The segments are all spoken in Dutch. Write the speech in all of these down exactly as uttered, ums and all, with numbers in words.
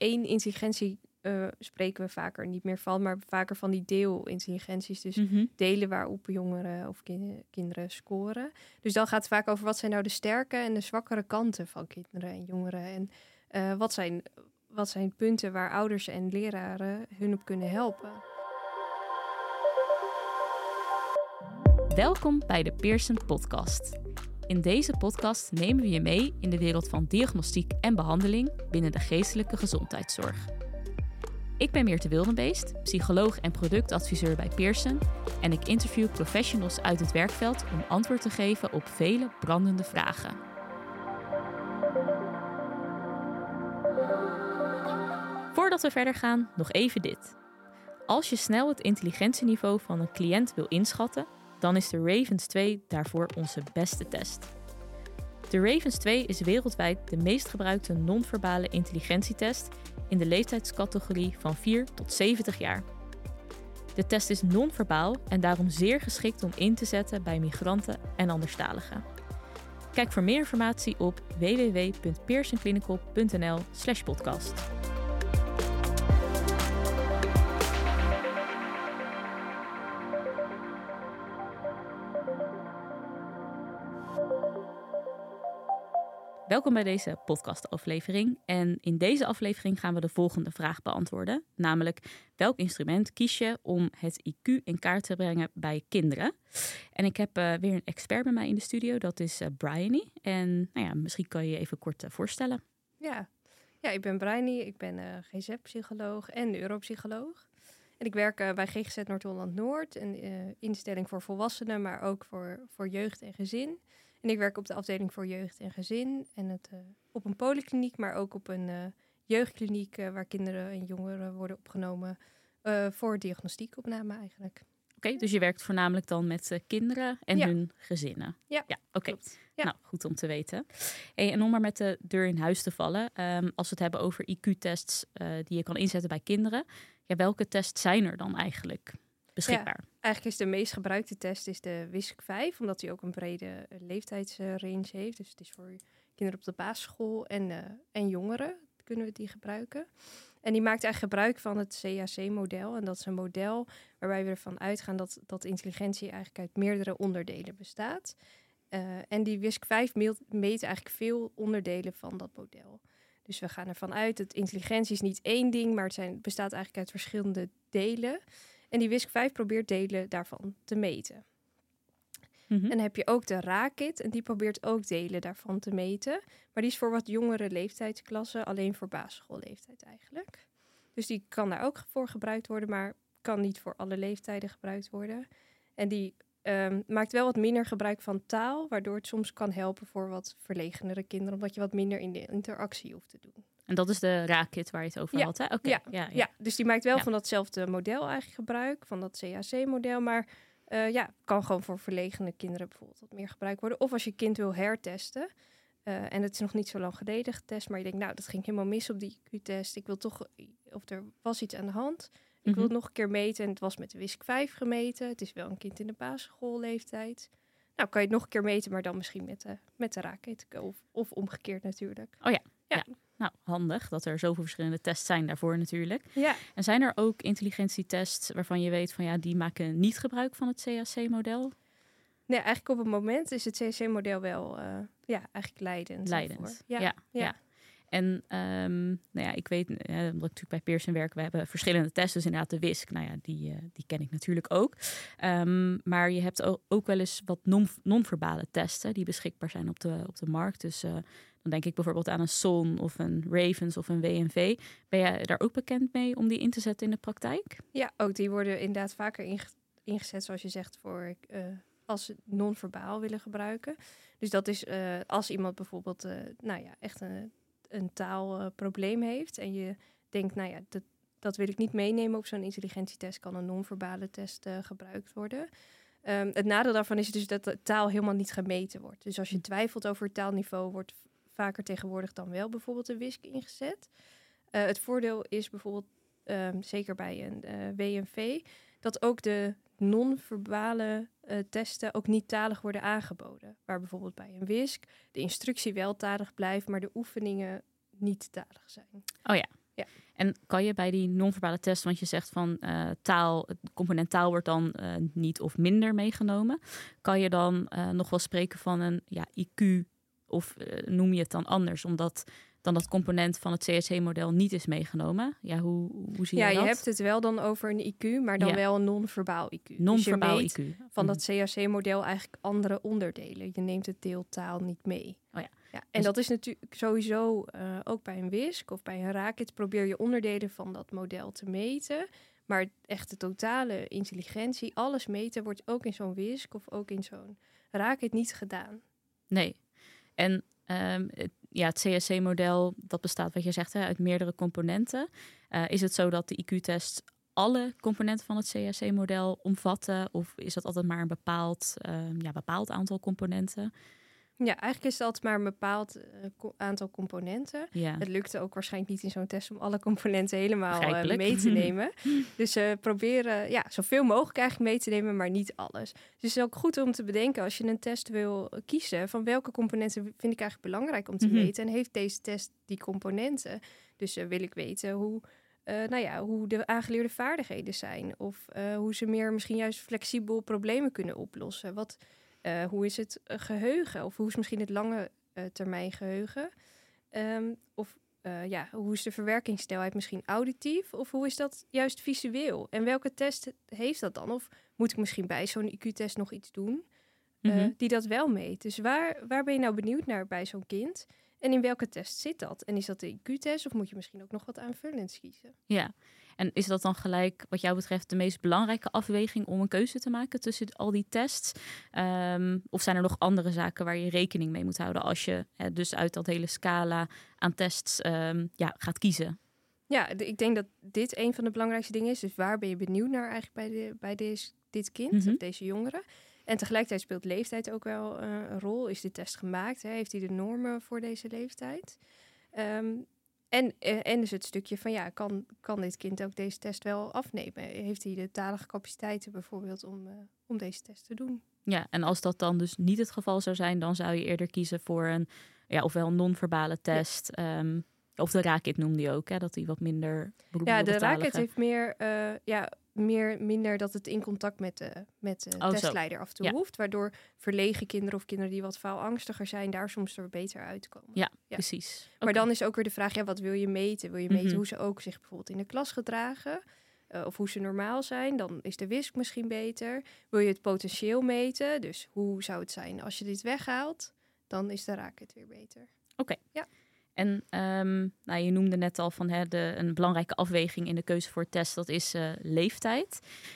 één intelligentie uh, spreken we vaker niet meer van, maar vaker van die deelintelligenties. Dus mm-hmm. delen waarop jongeren of kind, kinderen scoren. Dus dan gaat het vaak over wat zijn nou de sterke en de zwakkere kanten van kinderen en jongeren. En uh, wat zijn, wat zijn punten waar ouders en leraren hun op kunnen helpen. Welkom bij de Pearson Podcast. In deze podcast nemen we je mee in de wereld van diagnostiek en behandeling binnen de geestelijke gezondheidszorg. Ik ben Meerte Wildenbeest, psycholoog en productadviseur bij Pearson en ik interview professionals uit het werkveld om antwoord te geven op vele brandende vragen. Voordat we verder gaan, nog even dit. Als je snel het intelligentieniveau van een cliënt wil inschatten, dan is de Ravens twee daarvoor onze beste test. De Ravens twee is wereldwijd de meest gebruikte non-verbale intelligentietest in de leeftijdscategorie van vier tot zeventig jaar. De test is non-verbaal en daarom zeer geschikt om in te zetten bij migranten en anderstaligen. Kijk voor meer informatie op w w w punt pearsonclinical punt n l slash podcast. Welkom bij deze podcastaflevering. En in deze aflevering gaan we de volgende vraag beantwoorden. Namelijk, welk instrument kies je om het I Q in kaart te brengen bij kinderen? En ik heb uh, weer een expert bij mij in de studio. Dat is uh, Bryony. En nou ja, misschien kan je je even kort uh, voorstellen. Ja. ja, ik ben Bryony. Ik ben uh, G Z-psycholoog en neuropsycholoog. En ik werk uh, bij G G Z Noord-Holland-Noord. Een uh, instelling voor volwassenen, maar ook voor, voor jeugd en gezin. En ik werk op de afdeling voor jeugd en gezin. En het, uh, op een polykliniek, maar ook op een uh, jeugdkliniek... Uh, waar kinderen en jongeren worden opgenomen uh, voor diagnostiekopname eigenlijk. Oké, okay, dus je werkt voornamelijk dan met uh, kinderen en ja. hun gezinnen? Ja, ja oké. Okay. Ja. Nou, goed om te weten. Hey, en om maar met de deur in huis te vallen... Um, als we het hebben over I Q-tests uh, die je kan inzetten bij kinderen... Ja, welke tests zijn er dan eigenlijk beschikbaar? Ja, eigenlijk is de meest gebruikte test is de W I S C vijf, omdat die ook een brede uh, leeftijdsrange heeft. Dus het is voor kinderen op de basisschool en, uh, en jongeren kunnen we die gebruiken. En die maakt eigenlijk gebruik van het C A C-model. En dat is een model waarbij we ervan uitgaan dat, dat intelligentie eigenlijk uit meerdere onderdelen bestaat. Uh, en die W I S C vijf meet, meet eigenlijk veel onderdelen van dat model. Dus we gaan ervan uit dat intelligentie is niet één ding, maar het, zijn, het bestaat eigenlijk uit verschillende delen. En die W I S C vijf probeert delen daarvan te meten. Mm-hmm. En dan heb je ook de RAKIT en die probeert ook delen daarvan te meten. Maar die is voor wat jongere leeftijdsklassen, alleen voor basisschoolleeftijd eigenlijk. Dus die kan daar ook voor gebruikt worden, maar kan niet voor alle leeftijden gebruikt worden. En die um, maakt wel wat minder gebruik van taal, waardoor het soms kan helpen voor wat verlegenere kinderen, omdat je wat minder in de interactie hoeft te doen. En dat is de RAKIT waar je het over ja. had, hè? Okay. Ja. Ja, ja. ja, dus die maakt wel ja. van datzelfde model eigenlijk gebruik, van dat C A C-model, maar uh, ja, kan gewoon voor verlegene kinderen bijvoorbeeld wat meer gebruikt worden. Of als je kind wil hertesten, uh, en het is nog niet zo lang geleden getest, maar je denkt, nou, dat ging helemaal mis op die I Q-test. Ik wil toch, of er was iets aan de hand. Ik mm-hmm. wil het nog een keer meten en het was met de W I S C vijf gemeten. Het is wel een kind in de basisschoolleeftijd. Nou, kan je het nog een keer meten, maar dan misschien met de, met de RAKIT of, of omgekeerd natuurlijk. Oh ja, ja. ja. Nou, handig dat er zoveel verschillende tests zijn daarvoor natuurlijk. Ja. En zijn er ook intelligentietests waarvan je weet van ja, die maken niet gebruik van het C A C-model? Nee, eigenlijk op het moment is het C A C-model wel uh, ja, eigenlijk leidend. Leidend, ja, ja, ja. ja. En um, nou ja, ik weet, uh, omdat ik natuurlijk bij Pearson werk, we hebben verschillende tests. Dus inderdaad de W I S C, nou ja, die, uh, die ken ik natuurlijk ook. Um, maar je hebt ook, ook wel eens wat non, non-verbale testen die beschikbaar zijn op de, op de markt. Dus uh, dan denk ik bijvoorbeeld aan een S O N of een Ravens of een W N V. Ben jij daar ook bekend mee om die in te zetten in de praktijk? Ja, ook die worden inderdaad vaker inge- ingezet, zoals je zegt, voor uh, als ze non-verbaal willen gebruiken. Dus dat is uh, als iemand bijvoorbeeld, uh, nou ja, echt een een taalprobleem uh, heeft en je denkt, nou ja, dat, dat wil ik niet meenemen op zo'n intelligentietest, kan een non-verbale test uh, gebruikt worden. Um, het nadeel daarvan is dus dat de taal helemaal niet gemeten wordt. Dus als je twijfelt over het taalniveau, wordt vaker tegenwoordig dan wel bijvoorbeeld de W I S C ingezet. Uh, het voordeel is bijvoorbeeld, um, zeker bij een uh, W N V, dat ook de non-verbale uh, testen ook niet talig worden aangeboden. Waar bijvoorbeeld bij een W I S C de instructie wel talig blijft, maar de oefeningen niet talig zijn. Oh ja. Ja. En kan je bij die non-verbale test, want je zegt van uh, taal, het component taal wordt dan uh, niet of minder meegenomen. Kan je dan uh, nog wel spreken van een ja, I Q of uh, noem je het dan anders, omdat dan dat component van het C S C-model niet is meegenomen? Ja, hoe, hoe zie je ja, dat? Ja, je hebt het wel dan over een I Q, maar dan ja. wel een non-verbaal I Q. Non-verbaal dus je I Q. Van dat C S C-model eigenlijk andere onderdelen. Je neemt het deel taal niet mee. Oh ja. Ja, en dus... dat is natuurlijk sowieso uh, ook bij een W I S C of bij een raakit. Probeer je onderdelen van dat model te meten. Maar echt de totale intelligentie, alles meten, wordt ook in zo'n W I S C of ook in zo'n raakit niet gedaan. Nee. En um, het, ja, het C S C-model, dat bestaat, wat je zegt, hè, uit meerdere componenten. Uh, is het zo dat de I Q-test alle componenten van het C S C-model omvatten? Of is dat altijd maar een bepaald, uh, ja, bepaald aantal componenten? Ja, eigenlijk is het altijd maar een bepaald uh, co- aantal componenten. Ja. Het lukte ook waarschijnlijk niet in zo'n test om alle componenten helemaal uh, mee te nemen. Dus uh, proberen ja, zoveel mogelijk eigenlijk mee te nemen, maar niet alles. Dus het is ook goed om te bedenken als je een test wil kiezen, van welke componenten vind ik eigenlijk belangrijk om te mm-hmm. meten. En heeft deze test die componenten? Dus uh, wil ik weten hoe... Uh, nou ja, hoe de aangeleerde vaardigheden zijn. Of uh, hoe ze meer misschien juist flexibel problemen kunnen oplossen. Wat... Uh, hoe is het uh, geheugen? Of hoe is misschien het lange uh, termijn geheugen? Um, of uh, ja, hoe is de verwerkingssnelheid misschien auditief? Of hoe is dat juist visueel? En welke test heeft dat dan? Of moet ik misschien bij zo'n I Q-test nog iets doen uh, mm-hmm. die dat wel meet? Dus waar, waar ben je nou benieuwd naar bij zo'n kind? En in welke test zit dat? En is dat de I Q-test of moet je misschien ook nog wat aanvullends kiezen? Ja, en is dat dan gelijk wat jou betreft de meest belangrijke afweging om een keuze te maken tussen al die tests? Um, of zijn er nog andere zaken waar je rekening mee moet houden als je hè, dus uit dat hele scala aan tests um, ja, gaat kiezen? Ja, de, ik denk dat dit een van de belangrijkste dingen is. Dus waar ben je benieuwd naar eigenlijk bij, de, bij deze, dit kind mm-hmm. of deze jongere? En tegelijkertijd speelt leeftijd ook wel uh, een rol. Is de test gemaakt? Hè? Heeft hij de normen voor deze leeftijd? Um, en, uh, en dus het stukje van ja, kan, kan dit kind ook deze test wel afnemen? Heeft hij de talige capaciteiten bijvoorbeeld om, uh, om deze test te doen? Ja, en als dat dan dus niet het geval zou zijn, dan zou je eerder kiezen voor een ja, ofwel een non-verbale test. Ja. Um, of de raakit noemde je ook, hè, dat die wat minder Ja, de raakit heeft meer, uh, ja, meer, minder dat het in contact met de, met de oh, testleider zo. af en toe ja. hoeft. Waardoor verlegen kinderen of kinderen die wat faalangstiger zijn, daar soms er beter uitkomen. Ja, ja. precies. Maar okay. dan is ook weer de vraag, ja, wat wil je meten? Wil je meten mm-hmm. hoe ze ook zich bijvoorbeeld in de klas gedragen? Uh, of hoe ze normaal zijn? Dan is de W I S C misschien beter. Wil je het potentieel meten? Dus hoe zou het zijn als je dit weghaalt? Dan is de raakit weer beter. Oké. Okay. Ja. En um, nou, je noemde net al van hè, de, een belangrijke afweging in de keuze voor test, dat is uh, leeftijd.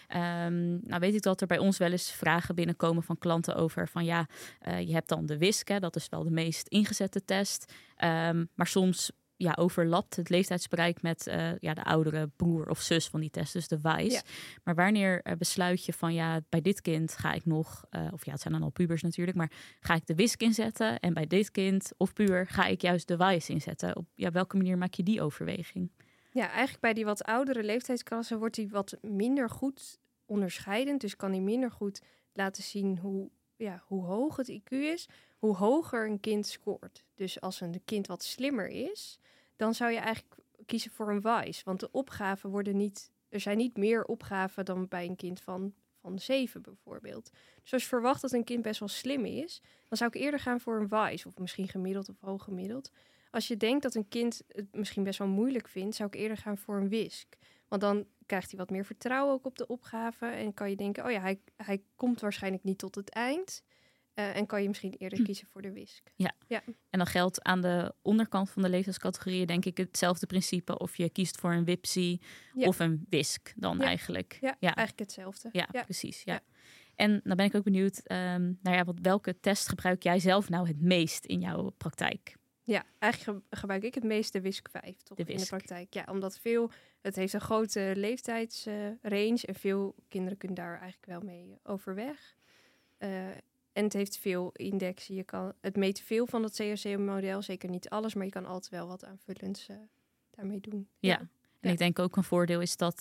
Um, nou weet ik dat er bij ons wel eens vragen binnenkomen van klanten over van ja, uh, je hebt dan de W I S C, hè, dat is wel de meest ingezette test. Um, maar soms ja, overlapt het leeftijdsbereik met uh, ja, de oudere broer of zus van die test, dus de W I S. Ja. Maar wanneer uh, besluit je van ja, bij dit kind ga ik nog, uh, of ja, het zijn dan al pubers natuurlijk, maar ga ik de W I S C inzetten en bij dit kind of puber ga ik juist de W I S inzetten? Op ja, welke manier maak je die overweging? Ja, eigenlijk bij die wat oudere leeftijdsklassen wordt die wat minder goed onderscheidend. Dus kan die minder goed laten zien hoe, ja, hoe hoog het I Q is, hoe hoger een kind scoort. Dus als een kind wat slimmer is, dan zou je eigenlijk kiezen voor een W I S. Want de opgaven worden niet... Er zijn niet meer opgaven dan bij een kind van, van zeven bijvoorbeeld. Dus als je verwacht dat een kind best wel slim is, dan zou ik eerder gaan voor een W I S. Of misschien gemiddeld of hoog gemiddeld. Als je denkt dat een kind het misschien best wel moeilijk vindt, zou ik eerder gaan voor een W I S C. Want dan krijgt hij wat meer vertrouwen ook op de opgave. En kan je denken, oh ja, hij, hij komt waarschijnlijk niet tot het eind. Uh, en kan je misschien eerder kiezen voor de W I S C. Ja. ja, en dan geldt aan de onderkant van de leeftijdscategorieën denk ik hetzelfde principe. Of je kiest voor een W I P S I ja. of een W I S C dan ja. eigenlijk. Ja, ja, eigenlijk hetzelfde. Ja, ja. precies. Ja. Ja. En dan ben ik ook benieuwd, um, nou ja, wat, welke test gebruik jij zelf nou het meest in jouw praktijk? Ja, eigenlijk gebruik ik het meest de W I S C vijf toch, in de praktijk. Ja, omdat veel, het heeft een grote leeftijdsrange uh, en veel kinderen kunnen daar eigenlijk wel mee overweg. Uh, En het heeft veel indexen. Je kan, het meet veel van het C S C-model. Zeker niet alles, maar je kan altijd wel wat aanvullends uh, daarmee doen. Ja, ja. en ja. ik denk ook een voordeel is dat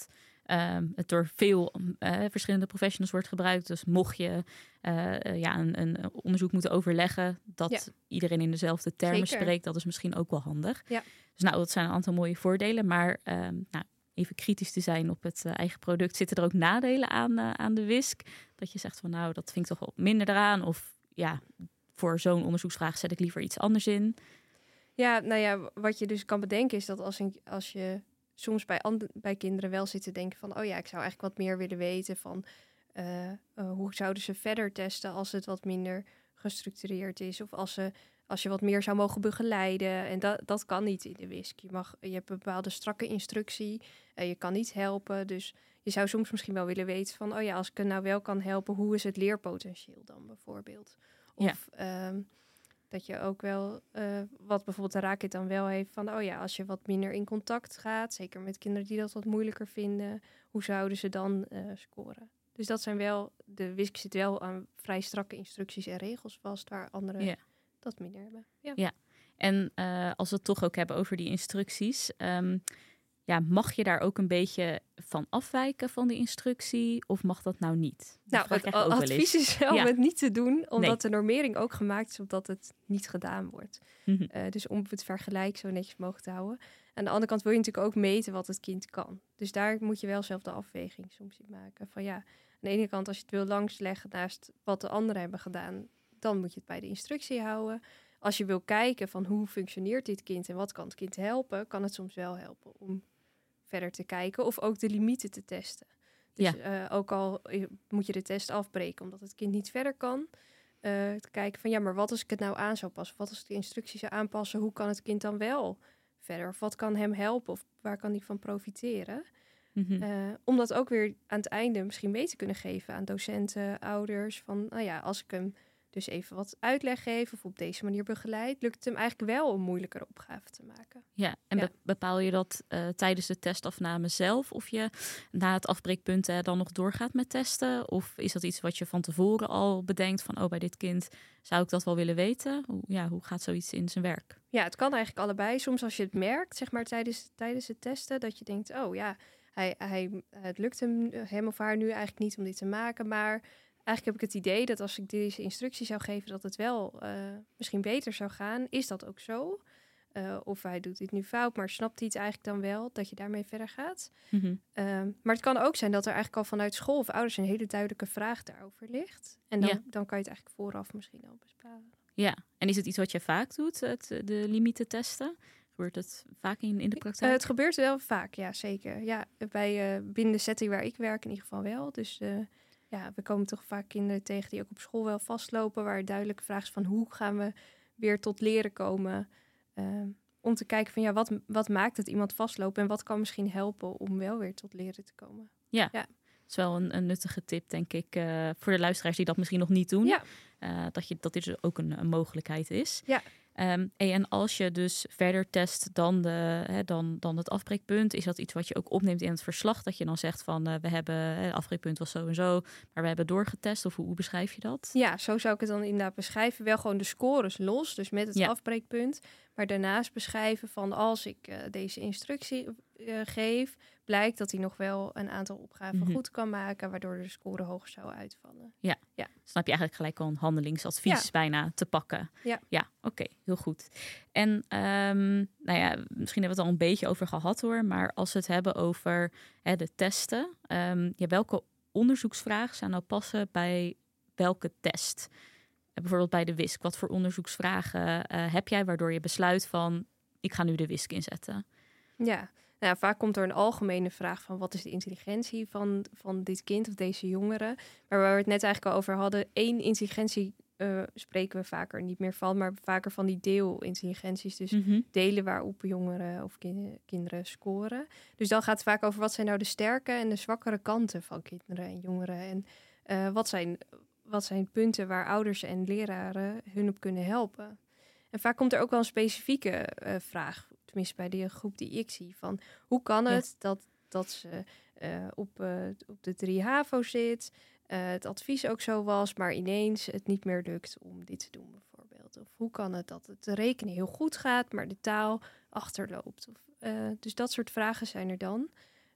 um, het door veel uh, verschillende professionals wordt gebruikt. Dus mocht je uh, uh, ja, een, een onderzoek moeten overleggen, dat ja. iedereen in dezelfde termen Zeker. spreekt, dat is misschien ook wel handig. Ja. Dus nou, dat zijn een aantal mooie voordelen. Maar um, nou, even kritisch te zijn op het uh, eigen product, zitten er ook nadelen aan, uh, aan de whisk? Dat je zegt van nou, dat vind ik toch wel minder eraan. Of ja, voor zo'n onderzoeksvraag zet ik liever iets anders in. Ja, nou ja, wat je dus kan bedenken is dat als, een, als je soms bij, and- bij kinderen wel zit te denken van, oh ja, ik zou eigenlijk wat meer willen weten van uh, uh, hoe zouden ze verder testen als het wat minder gestructureerd is. Of als, ze, als je wat meer zou mogen begeleiden. En dat, dat kan niet in de whisk. Je, mag, je hebt een bepaalde strakke instructie. Uh, je kan niet helpen. Dus je zou soms misschien wel willen weten van, oh ja, als ik er nou wel kan helpen, hoe is het leerpotentieel dan bijvoorbeeld? Of ja. um, dat je ook wel, uh, wat bijvoorbeeld de Rakit dan wel heeft, van oh ja, als je wat minder in contact gaat, zeker met kinderen die dat wat moeilijker vinden, hoe zouden ze dan uh, scoren? Dus dat zijn wel, de whisk zit wel aan vrij strakke instructies en regels vast, waar anderen ja. dat minder hebben. Ja, ja. En uh, als we het toch ook hebben over die instructies, um, ja, mag je daar ook een beetje van afwijken van die instructie? Of mag dat nou niet? Dat nou, het a- advies is wel ja. om het niet te doen. Omdat nee. de normering ook gemaakt is opdat het niet gedaan wordt. Mm-hmm. Uh, dus om het vergelijk zo netjes mogelijk te houden. Aan de andere kant wil je natuurlijk ook meten wat het kind kan. Dus daar moet je wel zelf de afweging soms in maken. Van ja, aan de ene kant als je het wil langsleggen naast wat de anderen hebben gedaan, dan moet je het bij de instructie houden. Als je wil kijken van hoe functioneert dit kind en wat kan het kind helpen, kan het soms wel helpen om verder te kijken of ook de limieten te testen. Dus ja. uh, ook al moet je de test afbreken omdat het kind niet verder kan, uh, te kijken van ja, maar wat als ik het nou aan zou passen? Wat als ik de instructies zou aanpassen? Hoe kan het kind dan wel verder? Of wat kan hem helpen? Of waar kan hij van profiteren? Mm-hmm. Uh, om dat ook weer aan het einde misschien mee te kunnen geven aan docenten, ouders. Van nou ja, als ik hem dus even wat uitleg geef of op deze manier begeleid, lukt het hem eigenlijk wel om moeilijkere opgaven te maken. Ja, en ja. Be- bepaal je dat uh, tijdens de testafname zelf? Of je na het afbreekpunt uh, dan nog doorgaat met testen? Of is dat iets wat je van tevoren al bedenkt van, oh, bij dit kind zou ik dat wel willen weten? Hoe, ja, hoe gaat zoiets in zijn werk? Ja, het kan eigenlijk allebei. Soms als je het merkt, zeg maar tijdens, tijdens het testen, dat je denkt, oh ja, hij, hij, het lukt hem, hem of haar nu eigenlijk niet om dit te maken, maar eigenlijk heb ik het idee dat als ik deze instructie zou geven, dat het wel uh, misschien beter zou gaan. Is dat ook zo? Uh, of hij doet dit nu fout, maar snapt hij het eigenlijk dan wel dat je daarmee verder gaat? Mm-hmm. Uh, maar het kan ook zijn dat er eigenlijk al vanuit school of ouders een hele duidelijke vraag daarover ligt. En dan, ja. dan kan je het eigenlijk vooraf misschien al besparen. Ja, en is het iets wat je vaak doet, het, de limieten testen? Gebeurt het vaak in, in de praktijk? Uh, het gebeurt wel vaak, ja, zeker. Ja, bij, uh, binnen de setting waar ik werk in ieder geval wel. Dus uh, ja, we komen toch vaak kinderen tegen die ook op school wel vastlopen, waar duidelijke vraag is van hoe gaan we weer tot leren komen? Uh, om te kijken van ja, wat, wat maakt het iemand vastlopen en wat kan misschien helpen om wel weer tot leren te komen? Ja, ja. Dat is wel een, een nuttige tip, denk ik, uh, voor de luisteraars die dat misschien nog niet doen. Ja. Uh, dat, je, dat dit dus ook een, een mogelijkheid is. Ja. Um, en als je dus verder test dan, de, hè, dan, dan het afbreekpunt, is dat iets wat je ook opneemt in het verslag? Dat je dan zegt van uh, we hebben, het afbreekpunt was zo en zo, maar we hebben doorgetest. Of hoe, hoe beschrijf je dat? Ja, zo zou ik het dan inderdaad beschrijven. Wel gewoon de scores los, dus met het ja. afbreekpunt. Maar daarnaast beschrijven van als ik uh, deze instructie uh, geef, blijkt dat hij nog wel een aantal opgaven mm-hmm. goed kan maken, waardoor de score hoger zou uitvallen. Ja, ja. Dus dan heb je eigenlijk gelijk al een handelingsadvies ja. bijna te pakken. Ja, ja oké, okay, heel goed. En um, nou ja, misschien hebben we het al een beetje over gehad hoor, maar als we het hebben over hè, de testen, um, ja, welke onderzoeksvragen zou nou passen bij welke test? Bijvoorbeeld bij de whisk. Wat voor onderzoeksvragen uh, heb jij waardoor je besluit van ik ga nu de whisk inzetten? Ja, nou, vaak komt er een algemene vraag van wat is de intelligentie van, van dit kind of deze jongere. Maar waar we het net eigenlijk al over hadden, één intelligentie uh, spreken we vaker niet meer van, maar vaker van die deelintelligenties. Dus mm-hmm. delen waarop jongeren of kind, kinderen scoren. Dus dan gaat het vaak over wat zijn nou de sterke en de zwakkere kanten van kinderen en jongeren. En uh, wat zijn... Wat zijn punten waar ouders en leraren hun op kunnen helpen? En vaak komt er ook wel een specifieke uh, vraag, tenminste bij de groep die ik zie, van hoe kan het ja. dat, dat ze uh, op, uh, op de drie HAVO zit, uh, het advies ook zo was, maar ineens het niet meer lukt om dit te doen bijvoorbeeld. Of hoe kan het dat het rekenen heel goed gaat, maar de taal achterloopt? Of, uh, dus dat soort vragen zijn er dan.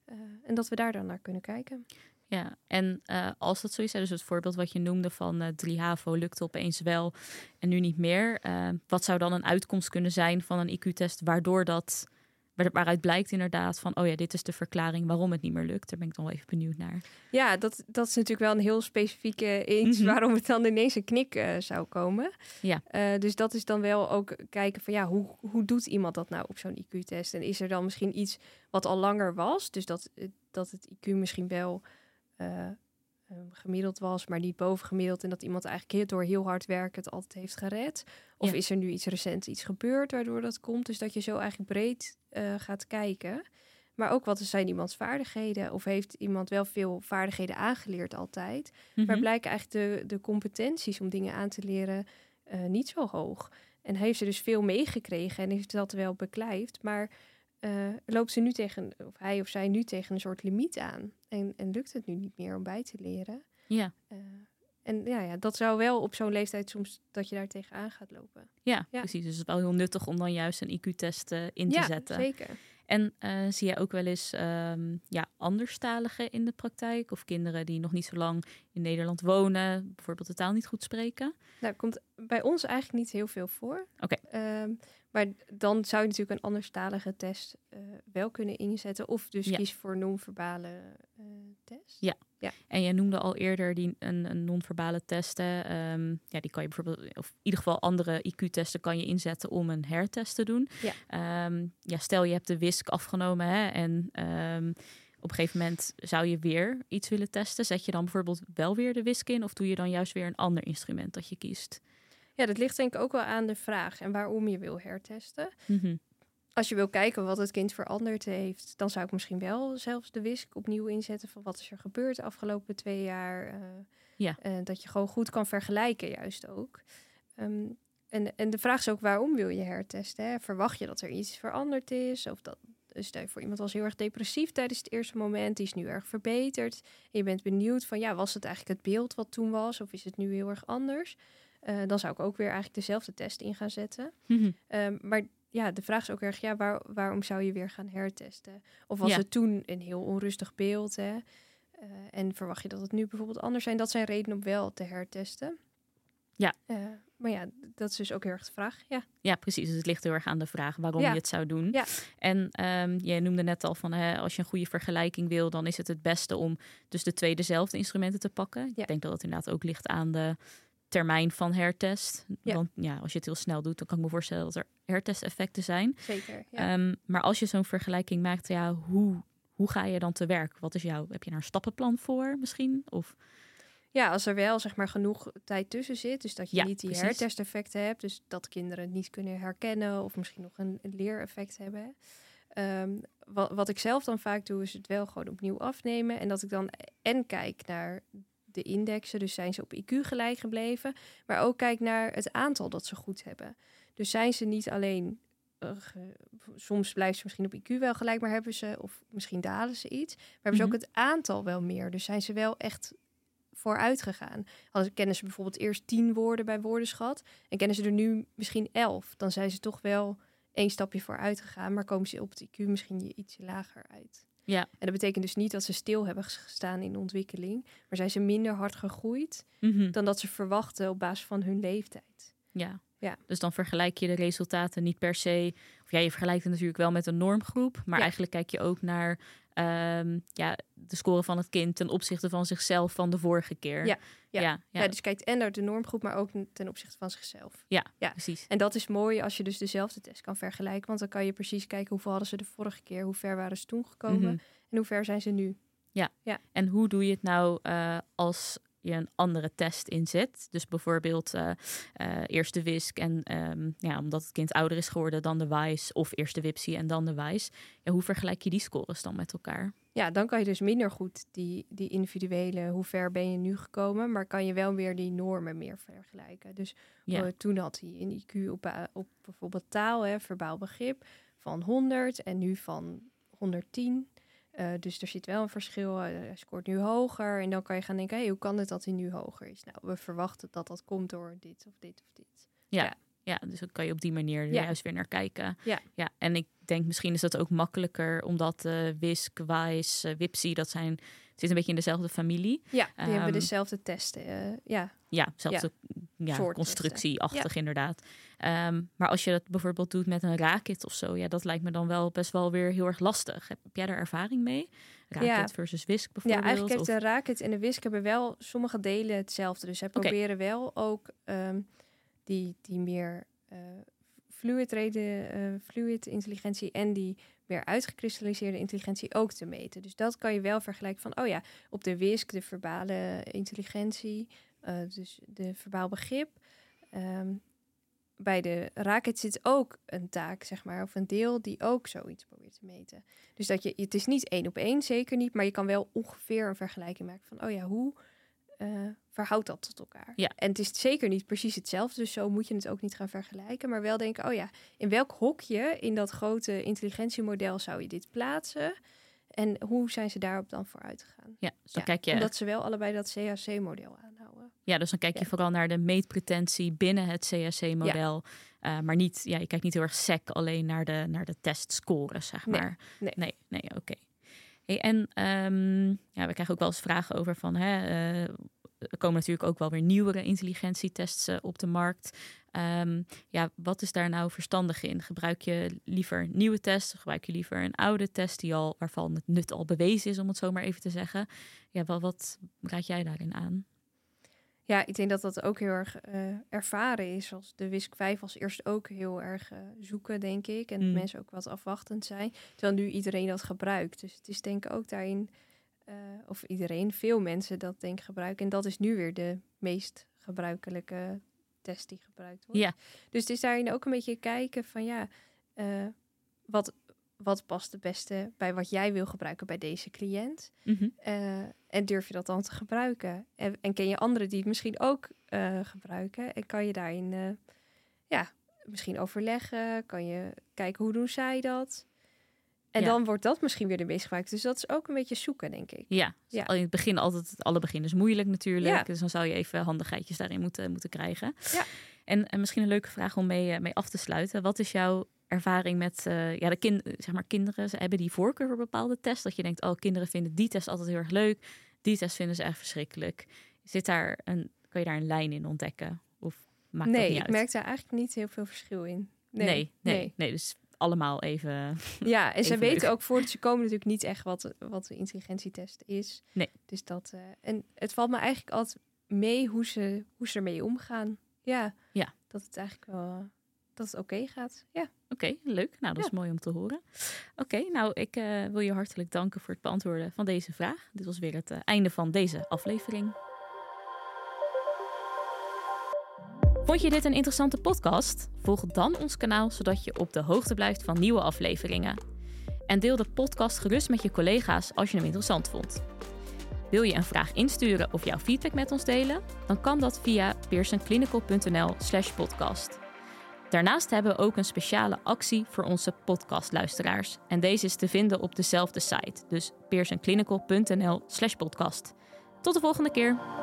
Uh, en dat we daar dan naar kunnen kijken. Ja, en uh, als dat zo is, hè, dus het voorbeeld wat je noemde van uh, drie HAVO lukte opeens wel en nu niet meer. Uh, wat zou dan een uitkomst kunnen zijn van een I Q-test waardoor dat, waaruit blijkt inderdaad van, oh ja, dit is de verklaring waarom het niet meer lukt. Daar ben ik dan wel even benieuwd naar. Ja, dat, dat is natuurlijk wel een heel specifieke iets mm-hmm. waarom het dan ineens een knik uh, zou komen. Ja. Uh, dus dat is dan wel ook kijken van ja, hoe, hoe doet iemand dat nou op zo'n I Q-test? En is er dan misschien iets wat al langer was? Dus dat, dat het I Q misschien wel uh, um, gemiddeld was, maar niet bovengemiddeld. En dat iemand eigenlijk door heel hard werken het altijd heeft gered. Of ja. is er nu iets recent iets gebeurd waardoor dat komt? Dus dat je zo eigenlijk breed uh, gaat kijken. Maar ook wat zijn iemands vaardigheden? Of heeft iemand wel veel vaardigheden aangeleerd altijd? Mm-hmm. Maar blijken eigenlijk de, de competenties om dingen aan te leren uh, niet zo hoog. En heeft ze dus veel meegekregen en heeft dat wel beklijft. Maar uh, loopt ze nu tegen, of hij of zij nu tegen een soort limiet aan. En, en lukt het nu niet meer om bij te leren. Ja. Uh, en ja, ja, dat zou wel op zo'n leeftijd soms dat je daar tegenaan gaat lopen. Ja, ja. precies. Dus het is wel heel nuttig om dan juist een I Q-test uh, in te ja, zetten. Ja, zeker. En uh, zie jij ook wel eens um, ja, anderstaligen in de praktijk? Of kinderen die nog niet zo lang in Nederland wonen, bijvoorbeeld de taal niet goed spreken? Nou, komt bij ons eigenlijk niet heel veel voor. Oké. Okay. Um, maar dan zou je natuurlijk een anderstalige test uh, wel kunnen inzetten. Of dus ja. kiezen voor een non-verbale uh, test. Ja. ja, en jij noemde al eerder die, een, een non-verbale test. Um, ja, die kan je bijvoorbeeld, of in ieder geval andere I Q-testen kan je inzetten om een hertest te doen. Ja. Um, ja, stel je hebt de W I S C afgenomen hè, en um, op een gegeven moment zou je weer iets willen testen. Zet je dan bijvoorbeeld wel weer de W I S C in of doe je dan juist weer een ander instrument dat je kiest? Ja, dat ligt denk ik ook wel aan de vraag en waarom je wil hertesten. Mm-hmm. Als je wil kijken wat het kind veranderd heeft, dan zou ik misschien wel zelfs de W I S C opnieuw inzetten van wat is er gebeurd de afgelopen twee jaar. Uh, ja. uh, dat je gewoon goed kan vergelijken juist ook. Um, en, en de vraag is ook waarom wil je hertesten? Hè? Verwacht je dat er iets veranderd is? Of dat dus voor iemand was heel erg depressief tijdens het eerste moment, die is nu erg verbeterd. En je bent benieuwd van ja, was het eigenlijk het beeld wat toen was of is het nu heel erg anders? Uh, dan zou ik ook weer eigenlijk dezelfde test in gaan zetten. Mm-hmm. Um, maar ja, de vraag is ook erg, ja, waar, waarom zou je weer gaan hertesten? Of was ja. het toen een heel onrustig beeld, hè? Uh, en verwacht je dat het nu bijvoorbeeld anders zijn? Dat zijn redenen om wel te hertesten. Ja. Uh, maar ja, dat is dus ook heel erg de vraag, ja. Ja, precies. Dus het ligt heel erg aan de vraag waarom ja. je het zou doen. Ja. En um, je noemde net al van, hè, als je een goede vergelijking wil, dan is het het beste om dus de twee dezelfde instrumenten te pakken. Ja. Ik denk dat het inderdaad ook ligt aan de termijn van hertest. Ja. Want ja, als je het heel snel doet, dan kan ik me voorstellen dat er hertesteffecten zijn. Zeker, ja. Um, maar als je zo'n vergelijking maakt, ja, hoe, hoe ga je dan te werk? Wat is jouw, heb je daar een stappenplan voor misschien? Of... Ja, als er wel zeg maar genoeg tijd tussen zit, dus dat je ja, niet die precies. hertesteffecten hebt, dus dat kinderen het niet kunnen herkennen of misschien nog een, een leereffect hebben. Um, wat, wat ik zelf dan vaak doe, is het wel gewoon opnieuw afnemen en dat ik dan en kijk naar de indexen, dus zijn ze op I Q gelijk gebleven, maar ook kijk naar het aantal dat ze goed hebben. Dus zijn ze niet alleen, uh, ge, soms blijven ze misschien op I Q wel gelijk, maar hebben ze, of misschien dalen ze iets, maar hebben ze Mm-hmm. ook het aantal wel meer. Dus zijn ze wel echt vooruit gegaan. Als kennen ze bijvoorbeeld eerst tien woorden bij woordenschat en kennen ze er nu misschien elf, dan zijn ze toch wel één stapje vooruit gegaan, maar komen ze op het I Q misschien ietsje lager uit. Ja. En dat betekent dus niet dat ze stil hebben gestaan in de ontwikkeling, maar zijn ze minder hard gegroeid Mm-hmm. dan dat ze verwachten op basis van hun leeftijd. Ja. Ja. Dus dan vergelijk je de resultaten niet per se, of ja, je vergelijkt het natuurlijk wel met een normgroep, maar ja. eigenlijk kijk je ook naar um, ja, de score van het kind ten opzichte van zichzelf van de vorige keer. Ja, ja. ja, ja. ja dus kijkt en naar de normgroep, maar ook ten opzichte van zichzelf. Ja, ja, precies. En dat is mooi als je dus dezelfde test kan vergelijken, want dan kan je precies kijken hoeveel hadden ze de vorige keer, hoe ver waren ze toen gekomen Mm-hmm. en hoe ver zijn ze nu. Ja. ja. En hoe doe je het nou uh, als je een andere test inzet? Dus bijvoorbeeld uh, uh, eerst de W I S C en um, ja, omdat het kind ouder is geworden dan de W I S, of eerst de W I P S I en dan de W I S. Ja, hoe vergelijk je die scores dan met elkaar? Ja, dan kan je dus minder goed die, die individuele, hoe ver ben je nu gekomen, maar kan je wel weer die normen meer vergelijken. Dus ja. uh, toen had hij een I Q op, uh, op bijvoorbeeld taal, hè, verbaal begrip, van honderd en nu van honderdtien. Uh, dus er zit wel een verschil. Uh, hij scoort nu hoger. En dan kan je gaan denken, hey, hoe kan het dat hij nu hoger is? Nou, we verwachten dat dat komt door dit of dit of dit. Ja, ja. Ja, dus dan kan je op die manier er Ja. juist weer naar kijken. Ja. Ja, en ik denk misschien is dat ook makkelijker, omdat uh, Wisk, Wise, uh, Wipsy, dat zijn, het zit een beetje in dezelfde familie. Ja, die Um, hebben dezelfde testen. Uh, ja, Ja, zelfde ja. Ja, constructie-achtig ja. inderdaad. Um, maar als je dat bijvoorbeeld doet met een Rakit of zo, ja, dat lijkt me dan wel best wel weer heel erg lastig. Heb, heb jij daar ervaring mee? Rakit ja. versus Wisk bijvoorbeeld? Ja, eigenlijk heeft of? de Rakit en de Wisk hebben wel sommige delen hetzelfde. Dus zij okay. proberen wel ook um, die, die meer uh, fluid, reden, uh, fluid intelligentie en die meer uitgekristalliseerde intelligentie ook te meten. Dus dat kan je wel vergelijken van, oh ja, op de Wisk, de verbale intelligentie, uh, dus de verbaal begrip. Um, bij de Rakit zit ook een taak, zeg maar, of een deel die ook zoiets probeert te meten. Dus dat je, het is niet één op één, zeker niet, maar je kan wel ongeveer een vergelijking maken van, oh ja, hoe uh, verhoudt dat tot elkaar? Ja. En het is zeker niet precies hetzelfde, dus zo moet je het ook niet gaan vergelijken, maar wel denken, oh ja, in welk hokje in dat grote intelligentiemodel zou je dit plaatsen? En hoe zijn ze daarop dan voor uitgegaan? Ja, dus dan ja, kijk je... Omdat ze wel allebei dat C H C-model aanhouden. Ja, dus dan kijk je ja. vooral naar de meetpretentie binnen het C H C-model. Ja. Uh, maar niet, ja, je kijkt niet heel erg sec alleen naar de, naar de testscores, zeg maar. Nee, nee, nee, nee oké. Okay. Hey, en um, ja, we krijgen ook wel eens vragen over van... Hè, uh, er komen natuurlijk ook wel weer nieuwere intelligentietests uh, op de markt. Um, ja, wat is daar nou verstandig in? Gebruik je liever nieuwe tests? Gebruik je liever een oude test die al, waarvan het nut al bewezen is, om het zo maar even te zeggen? Ja, wat, wat raad jij daarin aan? Ja, ik denk dat dat ook heel erg uh, ervaren is. Als de Wisk vijf als eerst ook heel erg uh, zoeken, denk ik. En mm. mensen ook wat afwachtend zijn. Terwijl nu iedereen dat gebruikt. Dus het is denk ik ook daarin... Uh, of iedereen, veel mensen dat denk ik gebruiken. En dat is nu weer de meest gebruikelijke test die gebruikt wordt. Ja. Dus het is daarin ook een beetje kijken van ja, uh, wat, wat past het beste bij wat jij wil gebruiken bij deze cliënt? Mm-hmm. Uh, en durf je dat dan te gebruiken? En, en ken je anderen die het misschien ook uh, gebruiken? En kan je daarin uh, ja, misschien overleggen? Kan je kijken hoe doen zij dat? En ja. dan wordt dat misschien weer de meest gebruikt. Dus dat is ook een beetje zoeken, denk ik. Ja, ja. in het begin altijd, alle begin is moeilijk natuurlijk. Ja. Dus dan zou je even handigheidjes daarin moeten, moeten krijgen. Ja. En, en misschien een leuke vraag om mee, mee af te sluiten. Wat is jouw ervaring met uh, ja, de kind, zeg maar kinderen? Ze hebben die voorkeur voor bepaalde tests. Dat je denkt, oh, kinderen vinden die test altijd heel erg leuk. Die test vinden ze echt verschrikkelijk. Zit daar een, kan je daar een lijn in ontdekken? Of maakt nee, dat niet uit? Ik merk daar eigenlijk niet heel veel verschil in. Nee, nee, nee, nee. nee dus... allemaal even. Ja, en ze even weten leuk. ook voordat ze komen natuurlijk niet echt wat, wat de intelligentietest is. Nee. Dus dat. Uh, en het valt me eigenlijk altijd mee hoe ze, hoe ze ermee omgaan. Ja. Ja. Dat het eigenlijk wel dat het oké okay gaat. Ja. Oké, okay, leuk. Nou, dat ja. is mooi om te horen. Oké, okay, nou, ik uh, wil je hartelijk danken voor het beantwoorden van deze vraag. Dit was weer het uh, einde van deze aflevering. Vond je dit een interessante podcast? Volg dan ons kanaal, zodat je op de hoogte blijft van nieuwe afleveringen. En deel de podcast gerust met je collega's als je hem interessant vond. Wil je een vraag insturen of jouw feedback met ons delen? Dan kan dat via pearsonclinical.nl slash podcast. Daarnaast hebben we ook een speciale actie voor onze podcastluisteraars. En deze is te vinden op dezelfde site, dus pearsonclinical.nl slash podcast. Tot de volgende keer!